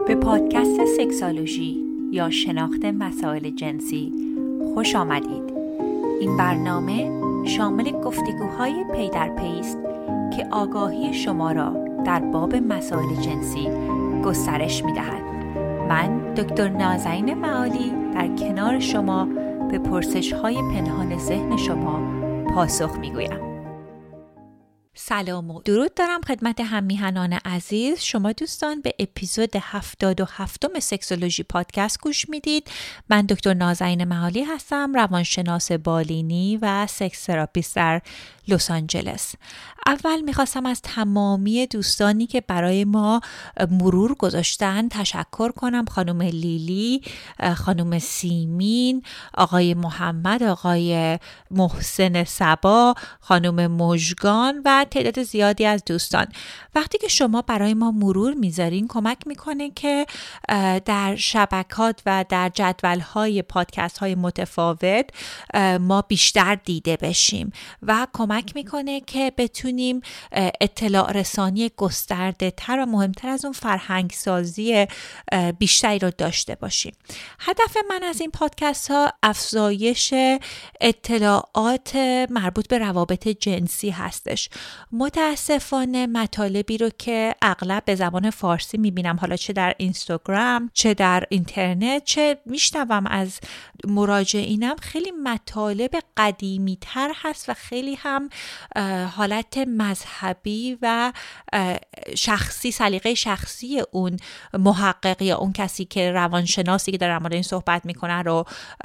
به پادکست سکسولوژی یا شناخت مسائل جنسی خوش آمدید. این برنامه شامل گفتگوهای پی در پی است که آگاهی شما را در باب مسائل جنسی گسترش می‌دهد. من دکتر نازنین معالی در کنار شما به پرسش‌های پنهان ذهن شما پاسخ می‌گویم. سلام و درود دارم خدمت هم‌میهنان عزیز. شما دوستان به اپیزود 77 سکسولوژی پادکست گوش میدید. من دکتر نازنین معالی هستم، روانشناس بالینی و سکس تراپیست در لس آنجلس. اول میخواستم از تمامی دوستانی که برای ما مرور گذاشتن تشکر کنم. خانم لیلی، خانم سیمین، آقای محمد، آقای محسن صبا، خانم مژگان و تعداد زیادی از دوستان. وقتی که شما برای ما مرور میذارین کمک میکنه که در شبکات و در جدولهای پادکست های متفاوت ما بیشتر دیده بشیم و کمک میکنه که بتونیم اطلاع رسانی گسترده تر و مهمتر از اون فرهنگ سازی بیشتری رو داشته باشیم. هدف من از این پادکست ها افزایش اطلاعات مربوط به روابط جنسی هستش. متاسفانه مطالبی رو که اغلب به زبان فارسی میبینم، حالا چه در اینستاگرام چه در اینترنت چه میشنوم از مراجعینم، خیلی مطالب قدیمی تر هست و خیلی هم حالت مذهبی و شخصی، سلیقه شخصی اون محقق یا اون کسی که روانشناسی که در مورد این صحبت میکنه رو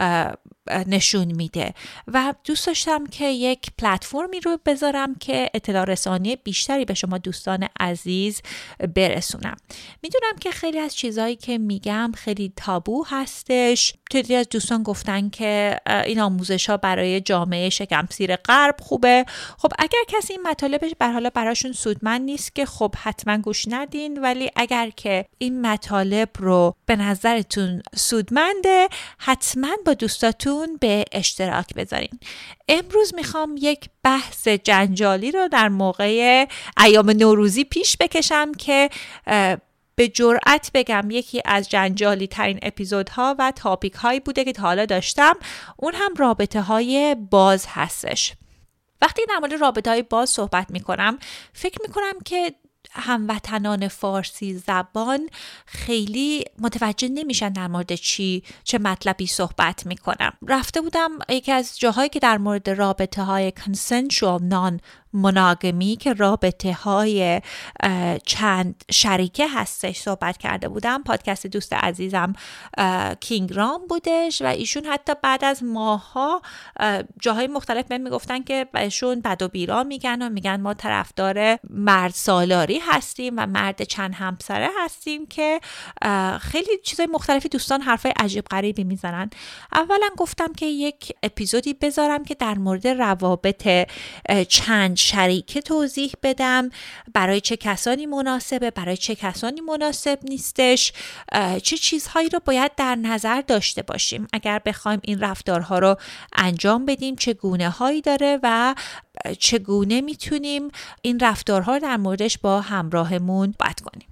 نشون میده و دوست داشتم که یک پلتفرمی رو بذارم که اطلاع رسانی بیشتری به شما دوستان عزیز برسونم. میدونم که خیلی از چیزایی که میگم خیلی تابو هستش. تعدادی از دوستان گفتن که این آموزش ها برای جامعه شکمسیر غرب خوبه. خب اگر کسی این مطالبش براشون سودمند نیست که خب حتما گوش ندین، ولی اگر که این مطالب رو به نظرتون سودمنده حتما با دوستاتون به اشتراک بذارین. امروز میخوام یک بحث جنجالی رو در موقع ایام نوروزی پیش بکشم که به جرئت بگم یکی از جنجالی ترین اپیزودها و تاپیک هایی بوده که تا حالا داشتم. اون هم رابطه های باز هستش. وقتی در مورد رابطه های باز صحبت میکنم فکر میکنم که هموطنان فارسی زبان خیلی متوجه نمیشن در مورد چه مطلبی صحبت میکنم. رفته بودم یکی از جاهایی که در مورد رابطه های consensual non-monogamy که رابطه های چند شریکه هستش صحبت کرده بودم. پادکست دوست عزیزم کینگ رام بودش و ایشون حتی بعد از ماها جاهای مختلف من میگفتن که بهشون بد و بیرا میگن و میگن ما طرفدار مرد سالاری هستیم و مرد چند همسره هستیم که خیلی چیزای مختلفی دوستان حرفای عجیب غریبی میزنن. اولا گفتم که یک اپیزودی بذارم که در مورد روابط چند شریکه توضیح بدم، برای چه کسانی مناسبه، برای چه کسانی مناسب نیستش، چه چیزهایی رو باید در نظر داشته باشیم اگر بخوایم این رفتارها رو انجام بدیم، چه گونه هایی داره و چگونه میتونیم این رفتارها رو در موردش با همراهمون صحبت کنیم.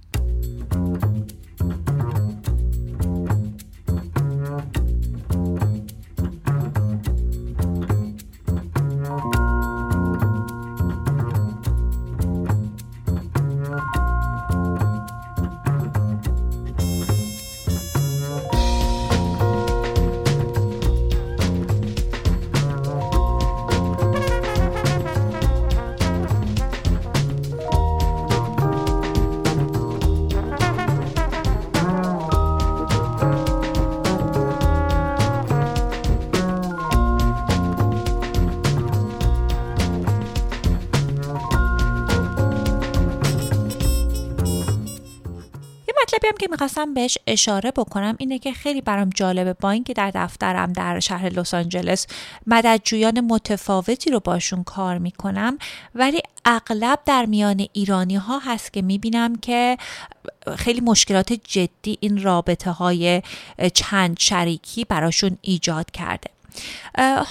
مطلبی هم که میخواستم بهش اشاره بکنم اینه که خیلی برام جالبه، با اینکه در دفترم در شهر لس آنجلس مددجویان متفاوتی رو باشون کار میکنم، ولی اغلب در میان ایرانی ها هست که میبینم که خیلی مشکلات جدی این رابطه های چند شریکی براشون ایجاد کرده. حالا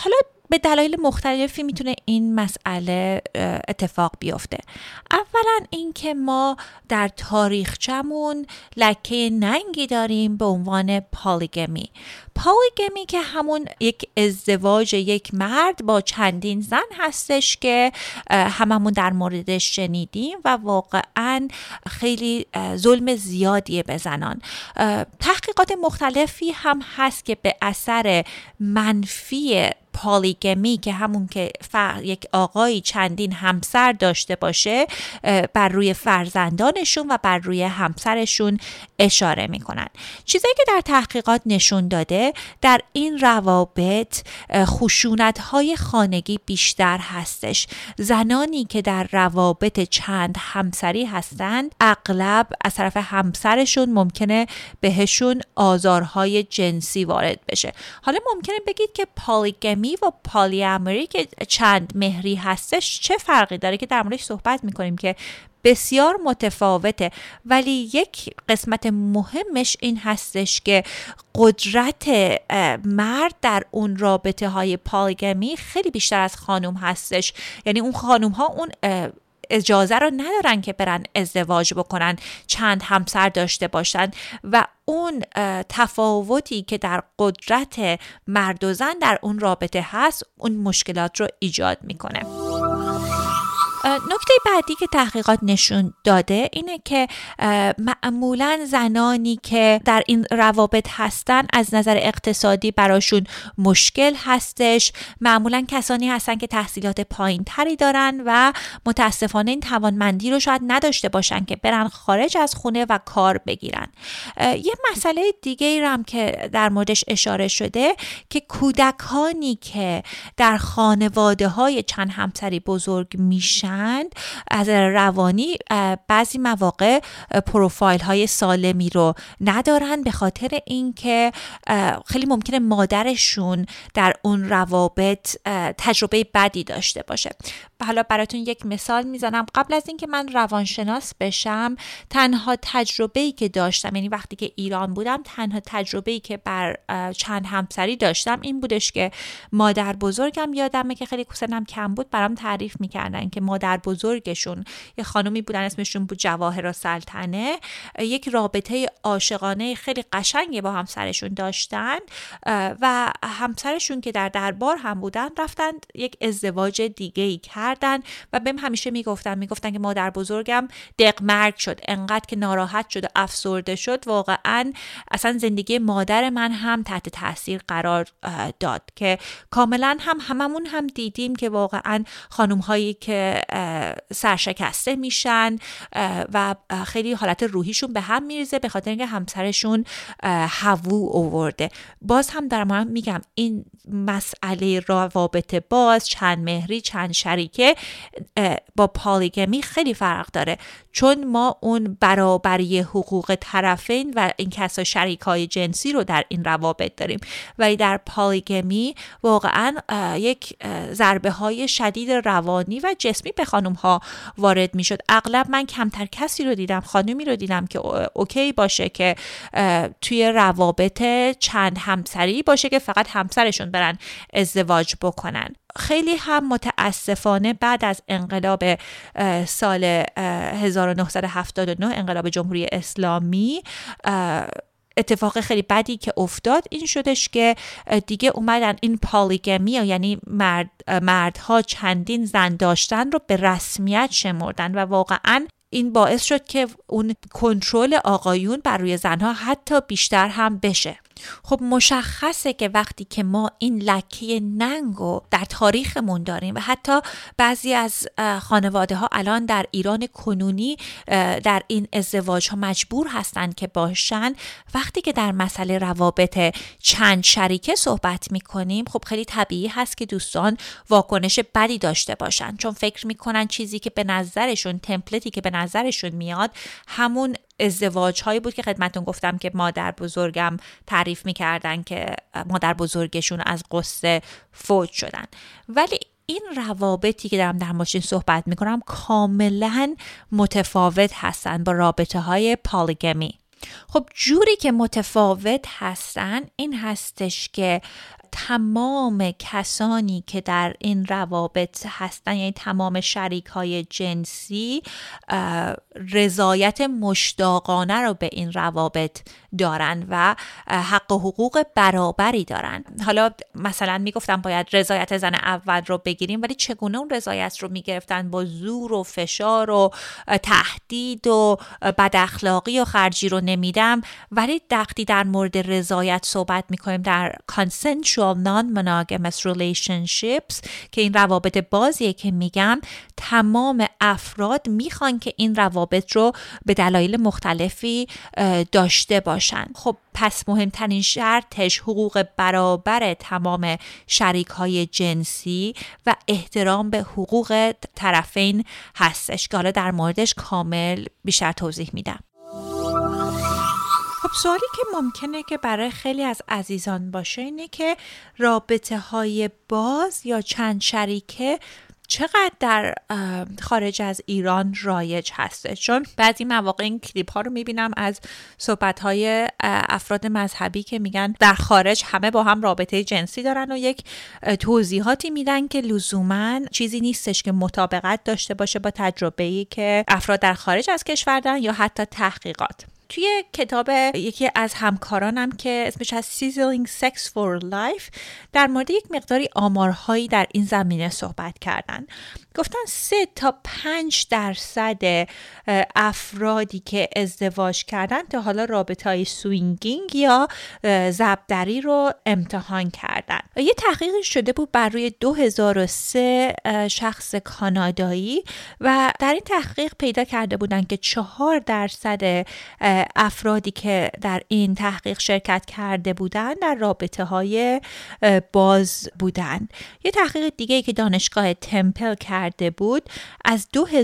به دلایل مختلفی میتونه این مسئله اتفاق بیفته. اولا این که ما در تاریخچمون لکه ننگی داریم به عنوان پالیگمی که همون یک ازدواج یک مرد با چندین زن هستش که هممون در موردش شنیدیم و واقعا خیلی ظلم زیادیه به زنان. تحقیقات مختلفی هم هست که به اثر منفی پالیگمی که همون که یک آقایی چندین همسر داشته باشه بر روی فرزندانشون و بر روی همسرشون اشاره میکنن. چیزایی که در تحقیقات نشون داده در این روابط خشونت‌های خانگی بیشتر هستش. زنانی که در روابط چند همسری هستند اغلب از طرف همسرشون ممکنه بهشون آزارهای جنسی وارد بشه. حالا ممکنه بگید که پالیگمی و پالیامری که چند مهری هستش چه فرقی داره که در موردش صحبت میکنیم که بسیار متفاوته، ولی یک قسمت مهمش این هستش که قدرت مرد در اون رابطه های پالیگمی خیلی بیشتر از خانم هستش. یعنی اون خانم ها اون اجازه رو ندارن که برن ازدواج بکنن، چند همسر داشته باشن و اون تفاوتی که در قدرت مرد و زن در اون رابطه هست اون مشکلات رو ایجاد میکنه. نکته بعدی که تحقیقات نشون داده اینه که معمولاً زنانی که در این روابط هستن از نظر اقتصادی براشون مشکل هستش. معمولاً کسانی هستن که تحصیلات پایین تری دارن و متاسفانه این توانمندی رو شاید نداشته باشن که برن خارج از خونه و کار بگیرن. یه مسئله دیگه ای هم که در موردش اشاره شده که کودکانی که در خانواده های چند همسری بزرگ میشن از روانی بعضی مواقع پروفایل های سالمی رو ندارن به خاطر اینکه خیلی ممکنه مادرشون در اون روابط تجربه بدی داشته باشه. حالا براتون یک مثال میزنم. قبل از اینکه من روانشناس بشم تنها تجربه‌ای که داشتم، یعنی وقتی که ایران بودم تنها تجربه‌ای که بر چند همسری داشتم این بودش که مادر بزرگم یادمه که خیلی سنم کم بود برام تعریف میکردن که مادر بزرگشون یه خانومی بودن اسمشون بود جواهر سلطنه، یک رابطه عاشقانه خیلی قشنگی با همسرشون داشتن و همسرشون که در دربار هم بودن رفتن یک ازدواج دیگه‌ای کردن و بهم همیشه میگفتن که مادر بزرگم دقمرگ شد، انقدر که ناراحت شد و افسرده شد واقعا اصلا زندگی مادر من هم تحت تاثیر قرار داد. که کاملا هممون هم دیدیم که واقعا خانم هایی که سرشکسته میشن و خیلی حالت روحیشون به هم میریزه به خاطر اینکه همسرشون هوو آورده. باز هم دارم میگم این مسئله روابط باز چند مهری چند شریکه با پالیگمی خیلی فرق داره، چون ما اون برابری حقوق طرفین و این کسا شریکای جنسی رو در این روابط داریم، ولی در پالیگمی واقعا یک ضربه های شدید روانی و جسمی به خانم ها وارد می شد. اغلب من کمتر کسی رو دیدم، خانومی رو دیدم که اوکی باشه که توی روابط چند همسری باشه که فقط همسرشون برن ازدواج بکنن. خیلی هم متاسفانه بعد از انقلاب سال 1979 انقلاب جمهوری اسلامی اتفاق خیلی بدی که افتاد این شدش که دیگه اومدن این پالیگمی یعنی مردها چندین زن داشتن رو به رسمیت شمردن و واقعا این باعث شد که اون کنترل آقایون بر روی زنها حتی بیشتر هم بشه. خب مشخصه که وقتی که ما این لکه ننگو در تاریخمون داریم و حتی بعضی از خانواده ها الان در ایران کنونی در این ازدواج ها مجبور هستن که باشن، وقتی که در مسئله روابط چند شریکه صحبت میکنیم خب خیلی طبیعی هست که دوستان واکنش بدی داشته باشن، چون فکر میکنن چیزی که به نظرشون تمپلیتی که به نظرشون میاد همون ازدواج هایی بود که خدمتون گفتم که مادر بزرگم تعریف میکردن که مادر بزرگشون از قصه فوت شدن. ولی این روابطی که دارم در موردش صحبت میکنم کاملا متفاوت هستن با رابطه های پالیگمی. خب جوری که متفاوت هستن این هستش که تمام کسانی که در این روابط هستن، یعنی تمام شریک های جنسی، رضایت مشتاقانه رو به این روابط دارن و حق و حقوق برابری دارن. حالا مثلا میگفتم باید رضایت زن اول رو بگیریم، ولی چگونه اون رضایت رو میگرفتن؟ با زور و فشار و تهدید و بد اخلاقی و خرجی رو نمیدم. ولی وقتی در مورد رضایت صحبت میکنیم در consensual non-monogamous relationships که این روابط بازیه که میگم، تمام افراد میخوان که این روابط رو به دلایل مختلفی داشته باشن. خب پس مهمترین شرطش حقوق برابر تمام شریک های جنسی و احترام به حقوق طرفین هستش که حالا در موردش کامل بیشتر توضیح میدم. خب سوالی که ممکنه که برای خیلی از عزیزان باشه اینه که رابطه های باز یا چند شریکه چقدر در خارج از ایران رایج هسته؟ چون بعضی مواقع این کلیپ ها رو میبینم از صحبت های افراد مذهبی که میگن در خارج همه با هم رابطه جنسی دارن و یک توضیحاتی میدن که لزوما چیزی نیستش که مطابقت داشته باشه با تجربه‌ای که افراد در خارج از کشور دارن یا حتی تحقیقات. توی کتاب یکی از همکارانم که اسمش از Sizzling Sex for Life در مورد یک مقداری آمارهایی در این زمینه صحبت کردن. گفتن 3 تا 5% افرادی که ازدواج کردن تا حالا رابطه‌های سوینگینگ یا زبدری رو امتحان کردن. یه تحقیقی شده بود بر روی 2003 شخص کانادایی و در این تحقیق پیدا کرده بودن که 4% افرادی که در این تحقیق شرکت کرده بودن در رابطه‌های باز بودن. یه تحقیق دیگه که دانشگاه تمپل کرده بود از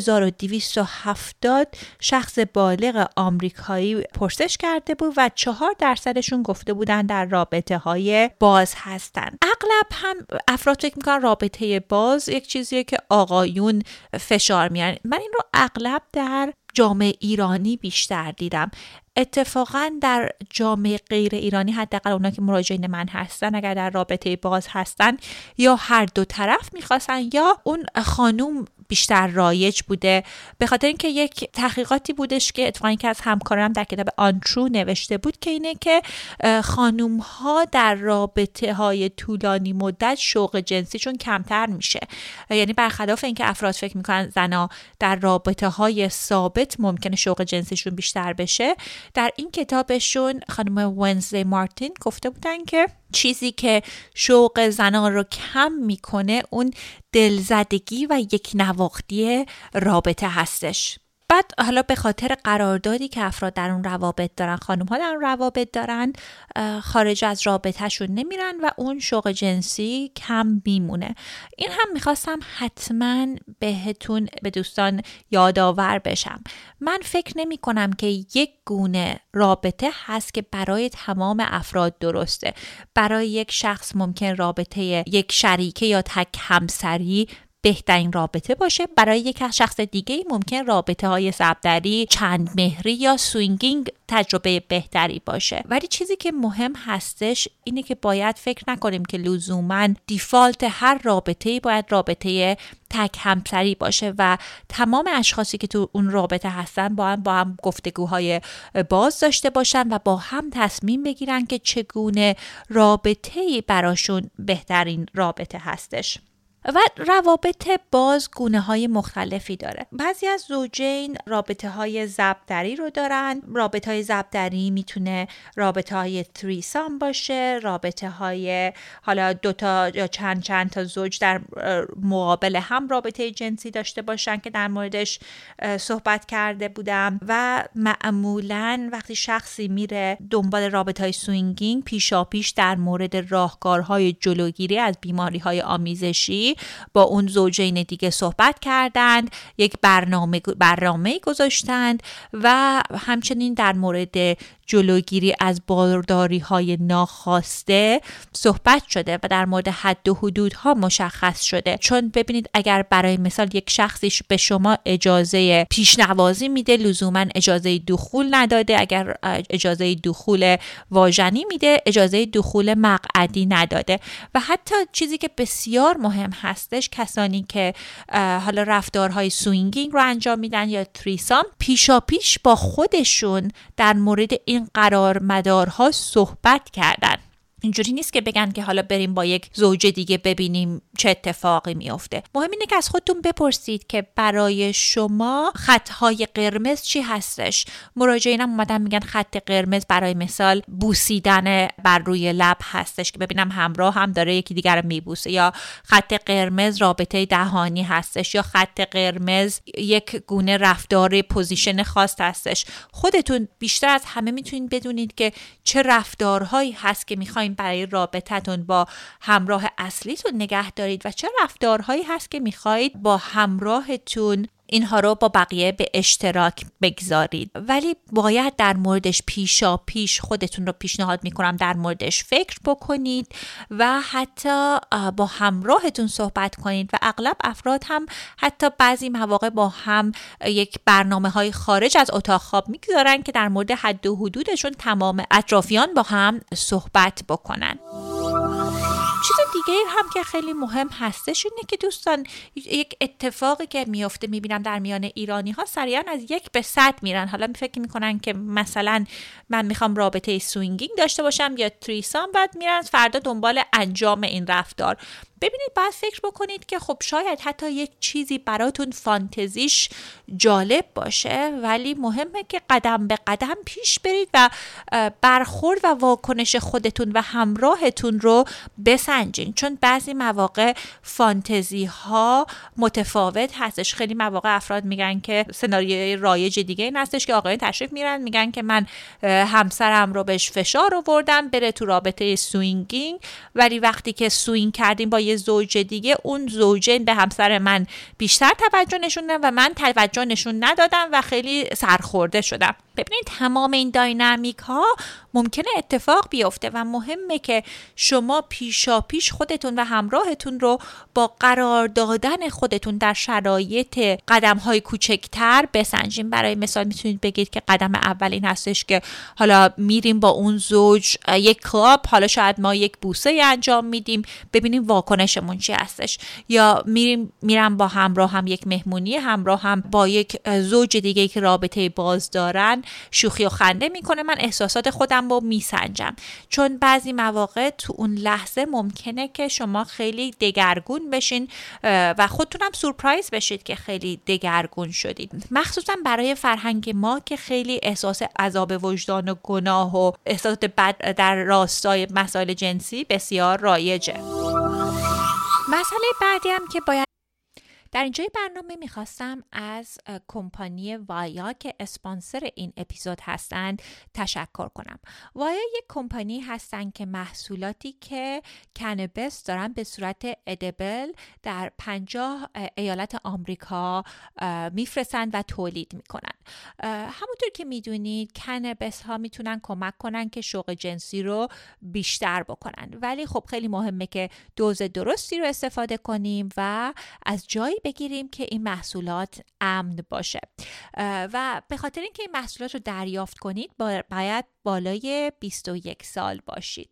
2270 شخص بالغ آمریکایی پرسش کرده بود و 4%شون گفته بودن در رابطه‌های باز هستن. اغلب هم افراد فکر میکنن رابطه باز یک چیزیه که آقایون فشار میارن. من این رو اغلب در جامعه ایرانی بیشتر دیدم. اتفاقا در جامعه غیر ایرانی، حداقل اونا که مراجعین من هستن، اگر در رابطه باز هستن یا هر دو طرف میخواستن یا اون خانوم بیشتر رایج بوده. به خاطر اینکه یک تحقیقاتی بودش که اتفاقا که از همکارم در کتاب آنترو نوشته بود که اینه که خانوم ها در رابطه های طولانی مدت شوق جنسیشون کمتر میشه. یعنی برخلاف اینکه افراد فکر میکنن زنا در رابطه های ثابت ممکنه شوق جنسیشون بیشتر بشه، در این کتابشون خانم ونزدی مارتین گفته بودن که چیزی که شوق زنان رو کم میکنه اون دلزدگی و یک نواختی رابطه هستش. بعد حالا به خاطر قراردادی که افراد در اون روابط دارن، خانم ها در اون روابط دارن، خارج از رابطهشون نمیرن و اون شوق جنسی کم میمونه. این هم میخواستم حتما بهتون به دوستان یادآور بشم. من فکر نمی کنم که یک گونه رابطه هست که برای تمام افراد درسته. برای یک شخص ممکن رابطه یک شریکه یا تک همسری بهترین رابطه باشه، برای یک شخص دیگه ممکن رابطه های زبدری، چند مهری یا سوینگینگ تجربه بهتری باشه. ولی چیزی که مهم هستش اینه که باید فکر نکنیم که لزوماً دیفالت هر رابطه‌ای باید رابطه تک همسری باشه و تمام اشخاصی که تو اون رابطه هستن با هم گفتگوهای باز داشته باشن و با هم تصمیم بگیرن که چگونه رابطه‌ای براشون بهترین رابطه هستش. و روابط باز گونه های مختلفی داره. بعضی از زوجین رابطه های زبدری رو دارن. رابطه های زبدری میتونه رابطه های تریسام باشه، رابطه های حالا 2 تا یا چند تا زوج در مقابل هم رابطه جنسی داشته باشن که در موردش صحبت کرده بودم. و معمولاً وقتی شخصی میره دنبال رابطه های سوینگینگ، پیشاپیش در مورد راهکارهای جلوگیری از بیماری های آمیزشی با اون زوجین دیگه صحبت کردند، یک برنامه گذاشتند و همچنین در مورد جلوگیری از بارداری‌های ناخواسته صحبت شده و در مورد حد و حدودها مشخص شده. چون ببینید اگر برای مثال یک شخصی به شما اجازه پیشنوازی میده، لزوما اجازه دخول نداده. اگر اجازه دخول واژنی میده، اجازه دخول مقعدی نداده. و حتی چیزی که بسیار مهم هستش، کسانی که حالا رفتارهای سوینگینگ رو انجام میدن یا تریسام، پیشا پیش با خودشون در مورد این قرارمدارها صحبت کردن. اینجوری نیست که بگن که حالا بریم با یک زوج دیگه ببینیم چه اتفاقی میفته. مهم اینه که از خودتون بپرسید که برای شما خطهای قرمز چی هستش. مراجعینم اومدن میگن خط قرمز برای مثال بوسیدن بر روی لب هستش که ببینم همراه هم داره یکی دیگر رو میبوسه، یا خط قرمز رابطه دهانی هستش، یا خط قرمز یک گونه رفتار پوزیشن خاص هستش. خودتون بیشتر از همه میتونید بدونید که چه رفتارهایی هست که میخواین برای رابطتون با همراه اصلیتون نگه دارید و چه رفتارهایی هست که میخواید با همراهتون اینها رو با بقیه به اشتراک بگذارید. ولی باید در موردش پیشا پیش خودتون رو پیشنهاد میکنم در موردش فکر بکنید و حتی با همراهتون صحبت کنید. و اغلب افراد هم حتی بعضی مواقع با هم یک برنامه‌های خارج از اتاق خواب میگذارن که در مورد حد و حدودشون تمام اطرافیان با هم صحبت بکنن. چیز دیگه هم که خیلی مهم هستش اینه که دوستان، یک اتفاقی که میفته میبینم در میان ایرانی ها، سریعا از 1 به 100 میرن. حالا فکر میکنن که مثلا من میخوام رابطه سوینگینگ داشته باشم یا تریسام، بعد میرن فردا دنبال انجام این رفتار. ببینید باید فکر بکنید که خب شاید حتی یک چیزی براتون فانتزیش جالب باشه، ولی مهمه که قدم به قدم پیش برید و برخورد و واکنش خودتون و همراهتون رو بسنجین. چون بعضی مواقع فانتزی ها متفاوت هستش. خیلی مواقع افراد میگن که سناریوی رایج دیگه این هستش که آقایون تشریف میرن میگن که من همسرم رو بهش فشار آوردم بره تو رابطه سوینگینگ، ولی وقتی که سوینگ کردیم با یه زوج دیگه، اون زوجه به همسر من بیشتر توجه نشون دادن و من توجه نشون ندادم و خیلی سرخورده شدم. ببینید تمام این داینامیک ها ممکنه اتفاق بیفته و مهمه که شما پیشا پیش خودتون و همراهتون رو با قرار دادن خودتون در شرایط قدم های کوچکتر بسنجین. برای مثال میتونید بگید که قدم اول این هستش که حالا میریم با اون زوج یک کلاب، حالا شاید ما یک بوسه انجام میدیم ببینیم واکنشمون چی هستش، یا میرم با همراه هم یک مهمونی، همراه هم با یک زوج دیگه که رابطه باز دارن شوخی و خنده میکنه، من احساسات خودم رو میسنجم. چون بعضی مواقع تو اون لحظه ممکنه که شما خیلی دگرگون بشین و خودتونم سورپرایز بشید که خیلی دگرگون شدید، مخصوصا برای فرهنگ ما که خیلی احساس عذاب وجدان و گناه و احساسات بد در راستای مسائل جنسی بسیار رایجه. مسئله بعدی هم که باید در اینجای برنامه میخواستم از کمپانی وایا که اسپانسر این اپیزود هستند تشکر کنم. وایا یک کمپانی هستند که محصولاتی که کنابس دارن به صورت ادبل در 50 ایالت آمریکا میفرستن و تولید میکنن. همونطور که میدونید کنابس ها میتونن کمک کنن که شوق جنسی رو بیشتر بکنن، ولی خب خیلی مهمه که دوز درستی رو استفاده کنیم و از جایی بگیریم که این محصولات امن باشه. و به خاطر اینکه این محصولات رو دریافت کنید باید بالای 21 سال باشید.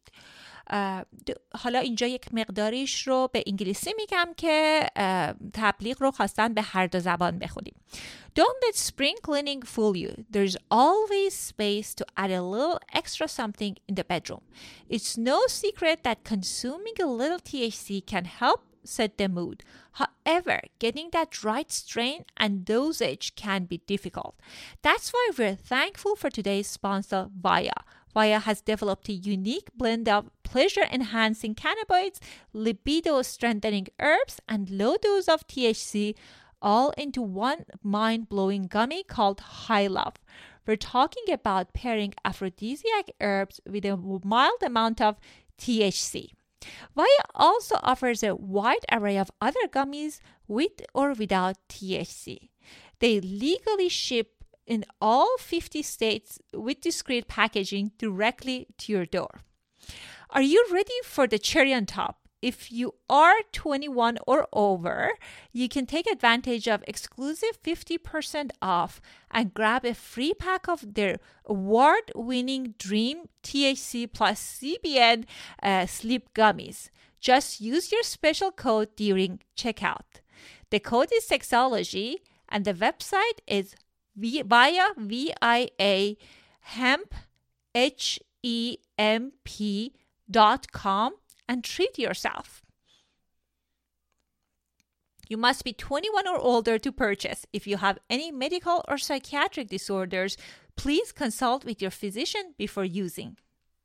حالا اینجا یک مقداریش رو به انگلیسی میگم که تبلیغ رو خواستن به هر دو زبان بخونیم. Don't let spring cleaning fool you. There's always space to add a little extra something in the bedroom. It's no secret that consuming a little THC can help set the mood. However, getting that right strain and dosage can be difficult. That's why we're thankful for today's sponsor, Vaya. Vaya has developed a unique blend of pleasure-enhancing cannabinoids, libido-strengthening herbs, and low dose of THC, all into one mind-blowing gummy called High Love. We're talking about pairing aphrodisiac herbs with a mild amount of THC. Vaya also offers a wide array of other gummies with or without THC. They legally ship in all 50 states with discreet packaging directly to your door. Are you ready for the cherry on top? If you are 21 or over, you can take advantage of exclusive 50% off and grab a free pack of their award-winning Dream THC plus CBN sleep gummies. Just use your special code during checkout. The code is Sexology and the website is via hemp, HEMP.com and treat yourself. You must be 21 or older to purchase. If you have any medical or psychiatric disorders, please consult with your physician before using.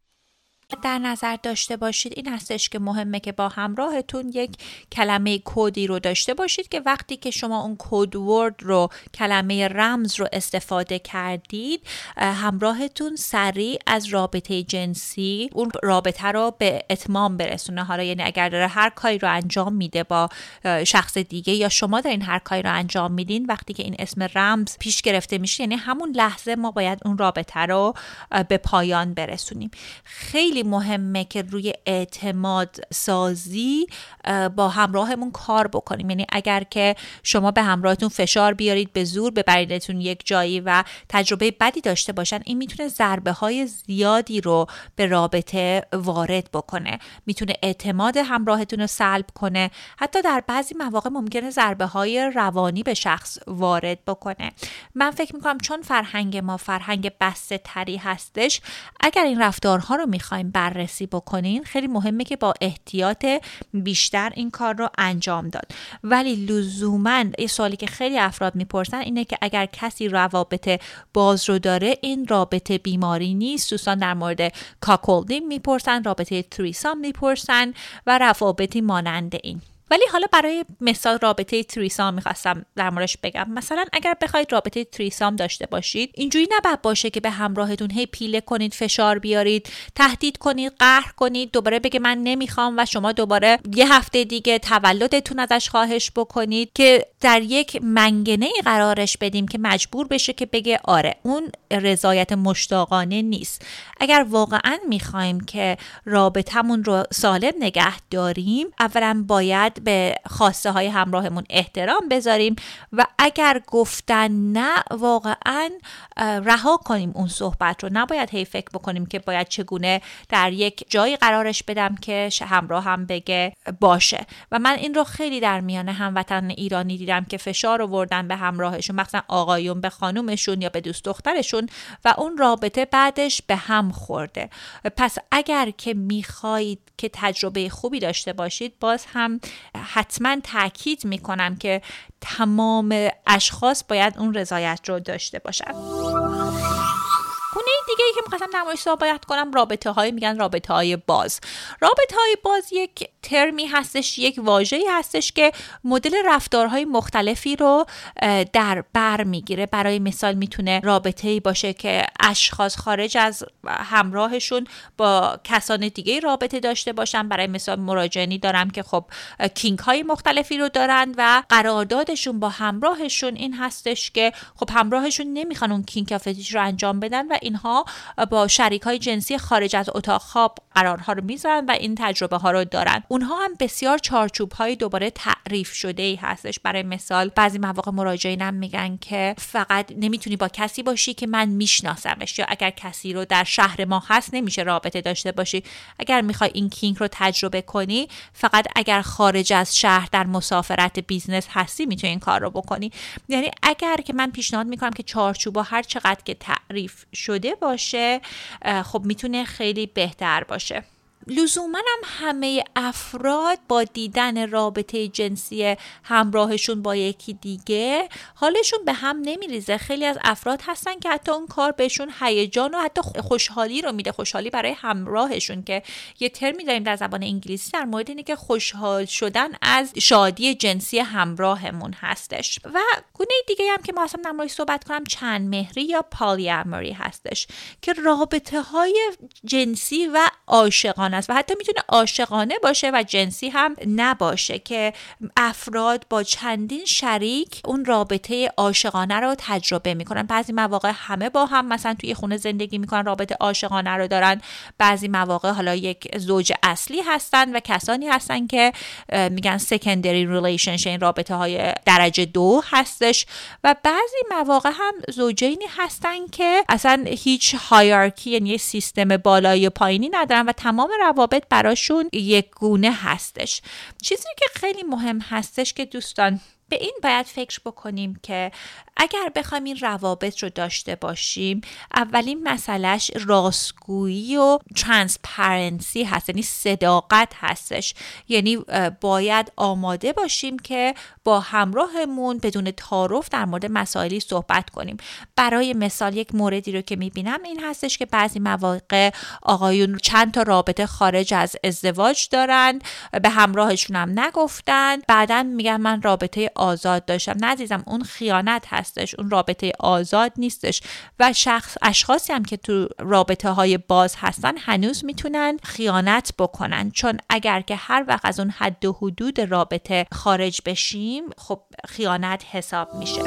در نظر داشته باشید این هستش که مهمه که با همراهتون یک کلمه کدی رو داشته باشید که وقتی که شما اون کد ورد رو کلمه رمز رو استفاده کردید همراهتون سریع از رابطه جنسی اون رابطه رو به اتمام برسونه. حالا یعنی اگر داره هر کاری رو انجام میده با شخص دیگه یا شما دارین هر کاری رو انجام میدین، وقتی که این اسم رمز پیش گرفته میشه یعنی همون لحظه ما باید اون رابطه رو به پایان برسونیم. خیلی مهمه که روی اعتماد سازی با همراهمون کار بکنیم. یعنی اگر که شما به همراهتون فشار بیارید، به زور ببریدتون یک جایی و تجربه بدی داشته باشن، این میتونه ضربه های زیادی رو به رابطه وارد بکنه، میتونه اعتماد همراهتون رو سلب کنه، حتی در بعضی مواقع ممکنه ضربه های روانی به شخص وارد بکنه. من فکر میکنم چون فرهنگ ما فرهنگ بسته تری هستش، اگر این رفتارها رو میخوایم بررسی بکنین خیلی مهمه که با احتیاط بیشتر این کار رو انجام داد. ولی لزوماً یه سوالی که خیلی افراد میپرسن اینه که اگر کسی روابط باز رو داره این رابطه بیماری نیست. دوستان در مورد کاکولدینگ میپرسن، رابطه تریسام میپرسن و روابطی مانند این. ولی حالا برای مثال رابطه تریسام میخواستم در موردش بگم. مثلا اگر بخواید رابطه تریسام داشته باشید، اینجوری نباید باشه که به همراهتون هی پیله کنید، فشار بیارید، تهدید کنید، قهر کنید، دوباره بگه من نمیخوام و شما دوباره یه هفته دیگه تولدتون ازش خواهش بکنید که در یک منگنه قرارش بدیم که مجبور بشه که بگه آره. اون رضایت مشتاقانه نیست. اگر واقعا میخوایم که رابطمون رو سالم نگه داریم، اولا باید به خواسته های همراهمون احترام بذاریم و اگر گفتن نه واقعا رها کنیم اون صحبت رو. نباید هی فکر بکنیم که باید چگونه در یک جایی قرارش بدم که همراه هم بگه باشه. و من این رو خیلی در میان هموطنان ایرانی دیدم که فشار آوردن به همراهشون، مثلا آقایون به خانومشون یا به دوست دخترشون و اون رابطه بعدش به هم خورده. پس اگر که میخواید که تجربه خوبی داشته باشید، باز هم حتما تاکید میکنم که تمام اشخاص باید اون رضایت رو داشته باشن. گونه دیگه ای که می‌خواستم در موردش صحبت کنم رابطه های باز. رابطه های باز یک ترمی هستش، یک واژه‌ای هستش که مدل رفتارهای مختلفی رو در بر میگیره. برای مثال میتونه رابطه‌ای باشه که اشخاص خارج از همراهشون با کسان دیگه رابطه داشته باشن. برای مثال مراجعینی دارم که خب کینگ های مختلفی رو دارن و قراردادشون با همراهشون این هستش که خب همراهشون نمیخوان اون کینگ یا فتیش رو انجام بدن و اینها با شریکای جنسی خارج از اتاق خواب قرارها رو میذارن و این تجربه ها رو دارن. اونها هم بسیار چارچوب های دوباره تعریف شده ای هستش. برای مثال بعضی مواقع مراجعینم میگن که فقط نمیتونی با کسی باشی که من میشناسمش، یا اگر کسی رو در شهر ما هست نمیشه رابطه داشته باشی. اگر میخوای این کینگ رو تجربه کنی فقط اگر خارج از شهر در مسافرت بیزنس هستی میتونی این کار رو بکنی. یعنی اگر که من پیشنهاد میکنم که چارچوبا هر چقدر که تعریف شده باشه خب میتونه خیلی بهتر باشه. لزوماً هم همه افراد با دیدن رابطه جنسی همراهشون با یکی دیگه حالشون به هم نمیریزه. خیلی از افراد هستن که حتی اون کار بهشون هیجان و حتی خوشحالی رو میده، خوشحالی برای همراهشون، که یه ترمی داریم در زبان انگلیسی در مورد اینه که خوشحال شدن از شادی جنسی همراهمون هستش. و گونه دیگه هم که ما اصلا در موردش صحبت کنم چند مهری یا پالیامری هستش که رابطه های جنسی و عاشقانه است و حتی میتونه عاشقانه باشه و جنسی هم نباشه، که افراد با چندین شریک اون رابطه عاشقانه رو تجربه میکنن. بعضی مواقع همه با هم مثلا توی خونه زندگی میکنن، رابطه عاشقانه رو دارن. بعضی مواقع حالا یک زوج اصلی هستن و کسانی هستن که میگن secondary relationship، این رابطه های درجه 2 هستش. و بعضی مواقع هم زوجینی هستن که اصلا هیچ هایرارکی، یعنی سیستم بالایی و پایینی ندارن و تمام روابط براشون یک گونه هستش. چیزی که خیلی مهم هستش که دوستان به این باید فکر بکنیم که اگر بخوایم این روابط رو داشته باشیم، اولین مسئلهش راستگویی و ترانسپرنسی هست، یعنی صداقت هستش. یعنی باید آماده باشیم که با همراهمون بدون تعارف در مورد مسائلی صحبت کنیم. برای مثال یک موردی رو که میبینم این هستش که بعضی مواقع آقایون چند تا رابطه خارج از ازدواج دارن، به همراهشون هم نگفتن، بعدن میگن من رابطه آزاد داشتم. نه عزیزم، اون خیانت هستش، اون رابطه آزاد نیستش. و اشخاصی هم که تو رابطه های باز هستن هنوز میتونن خیانت بکنن، چون اگر که هر وقت از اون حد و حدود رابطه خارج بشیم خب خیانت حساب میشه.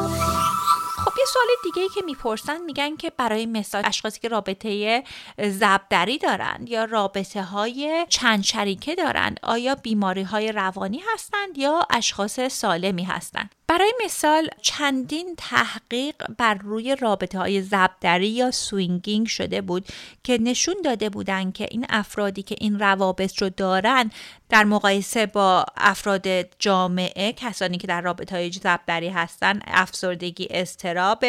خب یه سوال دیگه ای که میپرسن، میگن که برای مثال اشخاصی که رابطه ضبط‌دری دارن یا رابطه های چند شریکه دارن، آیا بیماری های روانی هستند یا اشخاص سالمی هستند؟ برای مثال چندین تحقیق بر روی رابطه های ضبط‌دری یا سوینگینگ شده بود که نشون داده بودن که این افرادی که این روابط رو دارن در مقایسه با افراد جامعه، کسانی که در رابطه های ضبط‌دری هستن، افسردگی، اضطراب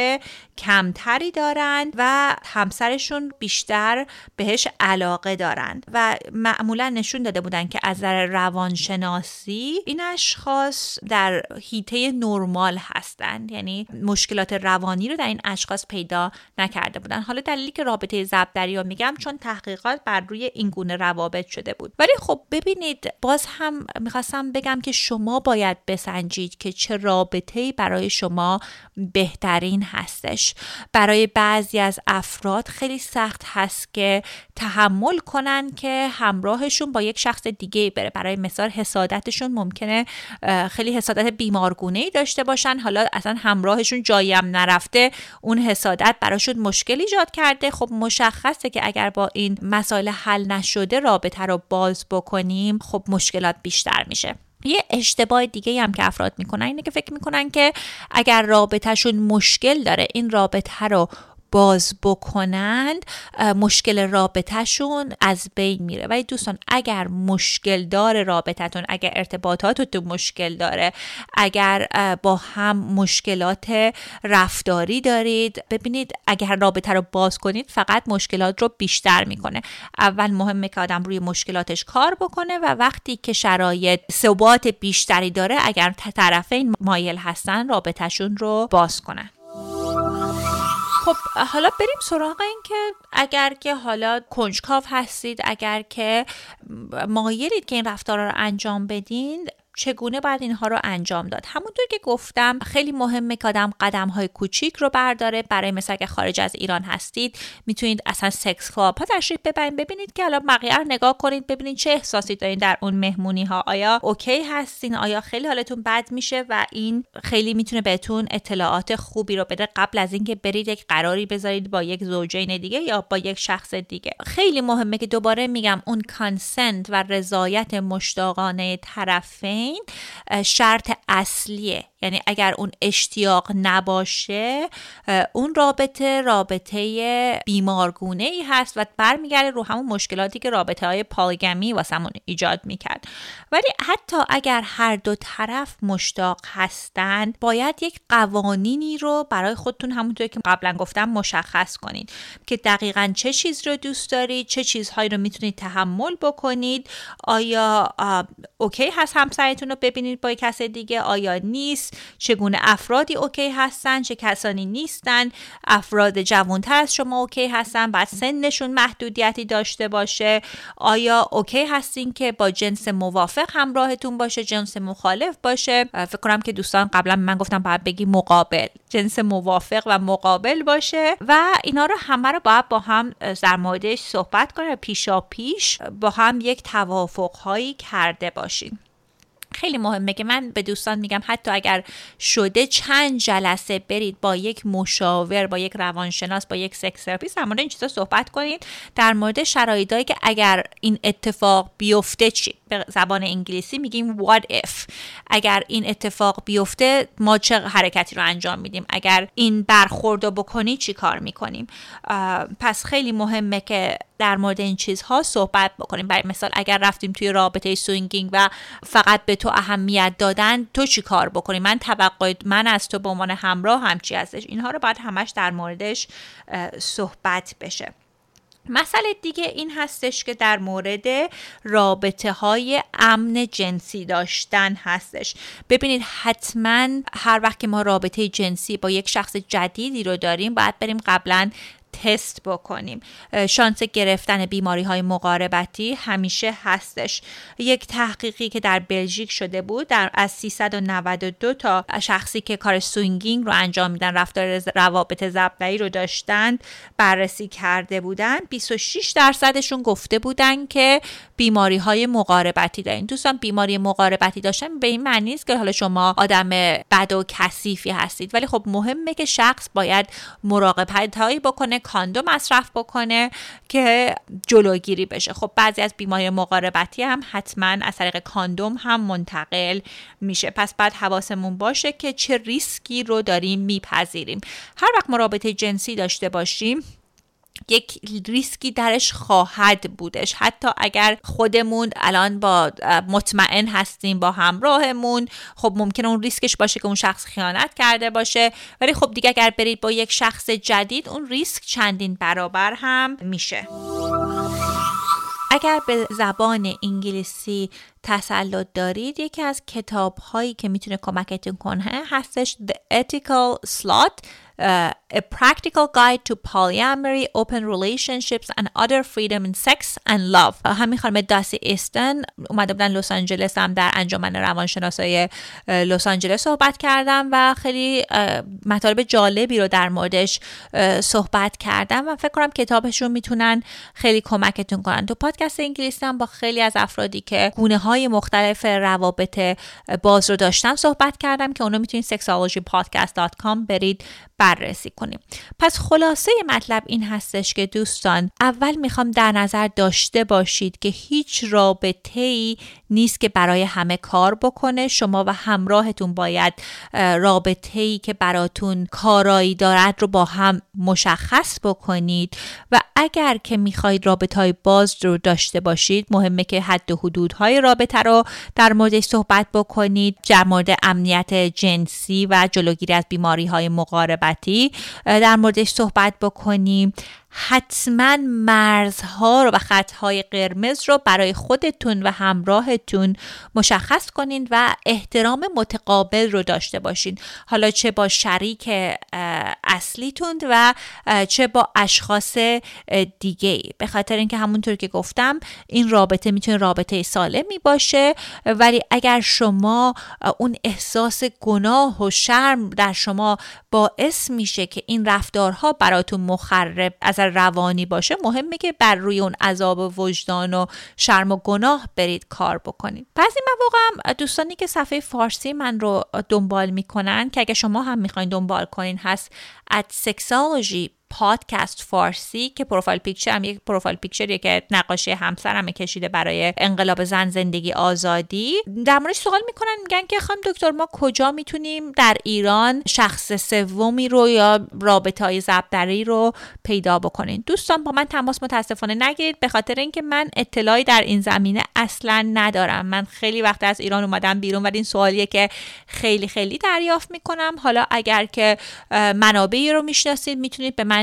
کمتری دارن و همسرشون بیشتر بهش علاقه دارن. و معمولا نشون داده بودن که از نظر روانشناسی این اشخاص در حیطه نرمال هستن، یعنی مشکلات روانی رو در این اشخاص پیدا نکرده بودن. حالا دلیلی که رابطه ضبط‌دری رو میگم چون تحقیقات بر روی این گونه روابط شده بود. ولی خب ببینید، باز هم میخواستم بگم که شما باید بسنجید که چه رابطه‌ای برای شما بهترین هستش. برای بعضی از افراد خیلی سخت هست که تحمل کنن که همراهشون با یک شخص دیگه بره. برای مثال حسادتشون ممکنه خیلی حسادت بیمارگونه‌ای داشته باشن، حالا اصلا همراهشون جایی هم نرفته، اون حسادت براشون مشکل ایجاد کرده. خب مشخصه که اگر با این مسائل حل نشده رابطه رو باز بکنیم خب مشکلات بیشتر میشه. یه اشتباه دیگه هم که افراد میکنن اینه که فکر میکنن که اگر رابطهشون مشکل داره این رابطه رو باز بکنند مشکل رابطهشون از بین میره. ولی دوستان اگر مشکل داره رابطتون، اگر ارتباطاتتون مشکل داره، اگر با هم مشکلات رفتاری دارید، ببینید اگر رابطه رو باز کنید فقط مشکلات رو بیشتر میکنه. اول مهمه که آدم روی مشکلاتش کار بکنه و وقتی که شرایط ثبات بیشتری داره، اگر طرفین مایل هستن رابطهشون رو باز کنن. خب حالا بریم سراغ این که اگر که حالا کنجکاو هستید، اگر که مایلید که این رفتارها رو انجام بدین، چگونه باید اینها رو انجام داد؟ همونطور که گفتم خیلی مهمه که آدم قدم‌های کوچیک رو برداره. برای مثلا اگه خارج از ایران هستید میتونید اصلا سکس کلاب ها تشریف ببرید، ببینید که حالا بقیه رو نگاه کنید، ببینید چه احساسی دارین در اون مهمونی ها. آیا اوکی هستین؟ آیا خیلی حالتون بد میشه؟ و این خیلی میتونه بهتون اطلاعات خوبی رو بده قبل از اینکه برید یک قراری بذارید با یک زوجین دیگه یا با یک شخص دیگه. خیلی مهمه که دوباره میگم اون کانسنت و رضایت مشتاقانه طرفین شرط اصلیه. یعنی اگر اون اشتیاق نباشه اون رابطه بیمارگونه ای هست و برمیگرده رو همون مشکلاتی که رابطه های پالیگامی واسمون ایجاد میکرد. ولی حتی اگر هر دو طرف مشتاق هستن باید یک قوانینی رو برای خودتون همونطور که قبلا گفتم مشخص کنید که دقیقاً چه چیز رو دوست دارید، چه چیزهایی رو میتونید تحمل بکنید. آیا اوکی هست همسرتون همراهتون رو ببینید با کس دیگه آیا نیست، چگونه افرادی اوکی هستن، چه کسانی نیستن، افراد جوانتر از شما اوکی هستن، بعد سنشون محدودیتی داشته باشه، آیا اوکی هستین که با جنس موافق همراهتون باشه، جنس مخالف باشه. فکر کنم که دوستان قبلا من گفتم باید بگی مقابل، جنس موافق و مقابل باشه و اینا رو همه رو باید با هم در موردش صحبت کنیم، پیشا پیش با هم یک توافق‌هایی کرده باشین. خیلی مهمه که من به دوستان میگم حتی اگر شده چند جلسه برید با یک مشاور، با یک روانشناس، با یک سکس تراپیست در مورد این چیزا صحبت کنید، در مورد شرایطی که اگر این اتفاق بیفته چی؟ به زبان انگلیسی میگیم what if. اگر این اتفاق بیفته ما چه حرکتی رو انجام میدیم؟ اگر این برخوردو بکنی چی کار میکنیم؟ پس خیلی مهمه که در مورد این چیزها صحبت بکنیم. برای مثال اگر رفتیم توی رابطه سوینگینگ و فقط به تو اهمیت دادن، تو چی کار بکنی؟ من توقع من از تو به عنوان همراه هم چی هستش؟ اینها رو باید همش در موردش صحبت بشه. مسئله دیگه این هستش که در مورد رابطه های امن جنسی داشتن هستش. ببینید حتما هر وقت که ما رابطه جنسی با یک شخص جدیدی رو داریم باید بریم قبلا تست بکنیم. شانس گرفتن بیماری های مقاربتی همیشه هستش. یک تحقیقی که در بلژیک شده بود از 392 تا شخصی که کار سوینگینگ رو انجام میدن، رفتار روابط ضبطی رو داشتند، بررسی کرده بودن. 26% گفته بودن که بیماری های مقاربتی دارین. دوستان بیماری مقاربتی داشتن به این معنی نیست که حالا شما آدم بد و کثیفی هستید، ولی خب مهمه که شخص باید مراقبت هایی بکنه، کاندوم مصرف بکنه که جلوگیری بشه. خب بعضی از بیماری مقاربتی هم حتما از طریق کاندوم هم منتقل میشه. پس باید حواسمون باشه که چه ریسکی رو داریم میپذیریم. هر وقت ما رابطه جنسی داشته باشیم یک ریسکی درش خواهد بودش، حتی اگر خودمون الان با مطمئن هستیم با همراهمون، خب ممکنه اون ریسکش باشه که اون شخص خیانت کرده باشه، ولی خب دیگه اگر برید با یک شخص جدید اون ریسک چندین برابر هم میشه. اگر به زبان انگلیسی تسلط دارید، یکی از کتاب هایی که میتونه کمکتون کنه هستش The Ethical Slut, A Practical Guide to Polyamory, Open Relationships and Other Freedom in Sex and Love. همین خانم داسی ایستن اومده بودن لس آنجلس، هم در انجمن روانشناسای لس آنجلس صحبت کردم و خیلی مطالب جالبی رو در موردش صحبت کردم و فکر کنم کتابشون میتونن خیلی کمکتون کنن. تو پادکست انگلیسی هم با خیلی از افرادی که گونه های مختلف روابط باز رو داشتم صحبت کردم که اونو میتونید sexologypodcast.com برید بررسی کنیم. پس خلاصه مطلب این هستش که دوستان اول میخوام در نظر داشته باشید که هیچ رابطه‌ای نیست که برای همه کار بکنه. شما و همراهتون باید رابطه‌ای که براتون کارایی دارد رو با هم مشخص بکنید و اگر که میخواید رابطه‌های باز رو داشته باشید مهمه که حد و حدودهای رابطه رو در موردش صحبت بکنید، در مورد امنیت جنسی و جلوگیری از بیماری‌های مقاربتی در موردش صحبت بکنیم. حتما مرزها و خطهای قرمز رو برای خودتون و همراهتون مشخص کنین و احترام متقابل رو داشته باشین، حالا چه با شریک اصلیتون و چه با اشخاص دیگه، به خاطر اینکه همونطور که گفتم این رابطه میتونه رابطه سالمی باشه، ولی اگر شما اون احساس گناه و شرم در شما باعث میشه که این رفتارها براتون مخرب از روانی باشه، مهمه که بر روی اون عذاب وجدان و شرم و گناه برید کار بکنید. بعضی مواقع هم دوستانی که صفحه فارسی من رو دنبال میکنن که اگه شما هم میخواین دنبال کنین هست @sexology پادکست فارسی که پروفایل پیکچر هم یک پروفایل پیکچریه که نقاشی همسرم کشیده برای انقلاب زن زندگی آزادی. در موردش سوال میکنن، میگن که خانم دکتر ما کجا میتونیم در ایران شخص سومی رو یا رابطه‌های ضبط‌دری رو پیدا بکنین؟ دوستان با من تماس متاسفانه نگیرید، به خاطر اینکه من اطلاعی در این زمینه اصلا ندارم. من خیلی وقت از ایران اومدم بیرون ولی این سوالیه که خیلی خیلی دریافت میکنم. حالا اگر که منابعی رو میشناسید میتونید به من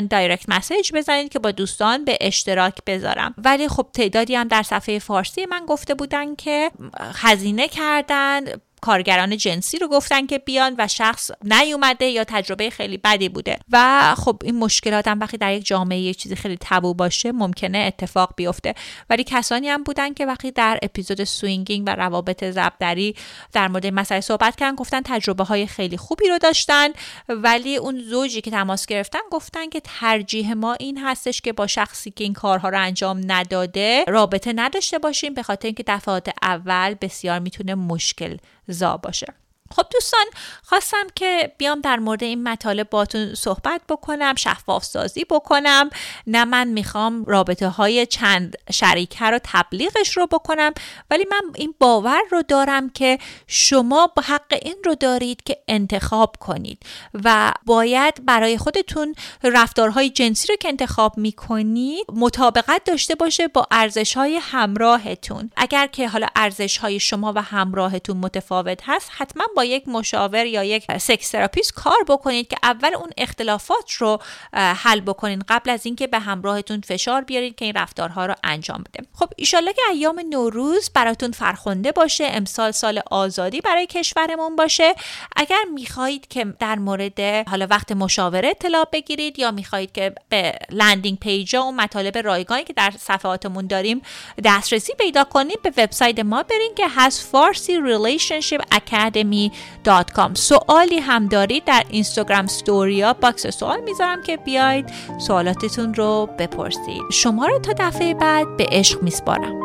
من دایرکت مسیج بزنید که با دوستان به اشتراک بذارم. ولی خب تعدادی هم در صفحه فارسی من گفته بودن که هزینه کردن، کارگران جنسی رو گفتن که بیان و شخص نیومده یا تجربه خیلی بدی بوده. و خب این مشکلات هم وقتی در یک جامعه یک چیزی خیلی تابو باشه ممکنه اتفاق بیفته. ولی کسانی هم بودن که وقتی در اپیزود سوینگینگ و روابط ضبط‌دری در مورد مسئله صحبت کردن گفتن تجربه های خیلی خوبی رو داشتن، ولی اون زوجی که تماس گرفتن گفتن که ترجیح ما این هستش که با شخصی که این کارها رو انجام نداده رابطه نداشته باشیم، به خاطر اینکه دفعات اول بسیار میتونه مشکل زا باشه. خب دوستان، خواستم که بیام در مورد این مطالب باتون صحبت بکنم، شفاف سازی بکنم. نه من میخوام رابطه های چند شریکه رو تبلیغش رو بکنم، ولی من این باور رو دارم که شما حق این رو دارید که انتخاب کنید و باید برای خودتون رفتارهای جنسی رو که انتخاب میکنید مطابقت داشته باشه با ارزش‌های همراهتون. اگر که حالا ارزش‌های شما و همراهتون متفاوت هست، حتما با یک مشاور یا یک سکس تراپیست کار بکنید که اول اون اختلافات رو حل بکنید قبل از اینکه به همراهتون فشار بیارید که این رفتارها رو انجام بده. خب ایشالله که ایام نوروز براتون فرخنده باشه، امسال سال آزادی برای کشورمون باشه. اگر میخواهید که در مورد حالا وقت مشاوره اطلاع بگیرید یا میخواهید که به لندینگ پیج و مطالب رایگانی که در صفحاتمون داریم دسترسی پیدا کنید، به وبسایت ما برید که هست FarsiRelationshipAcademy.com. سوالی هم دارید در اینستاگرام استوریا باکس سوال میذارم که بیاید سوالاتتون رو بپرسید. شما رو تا دفعه بعد به عشق میسپارم.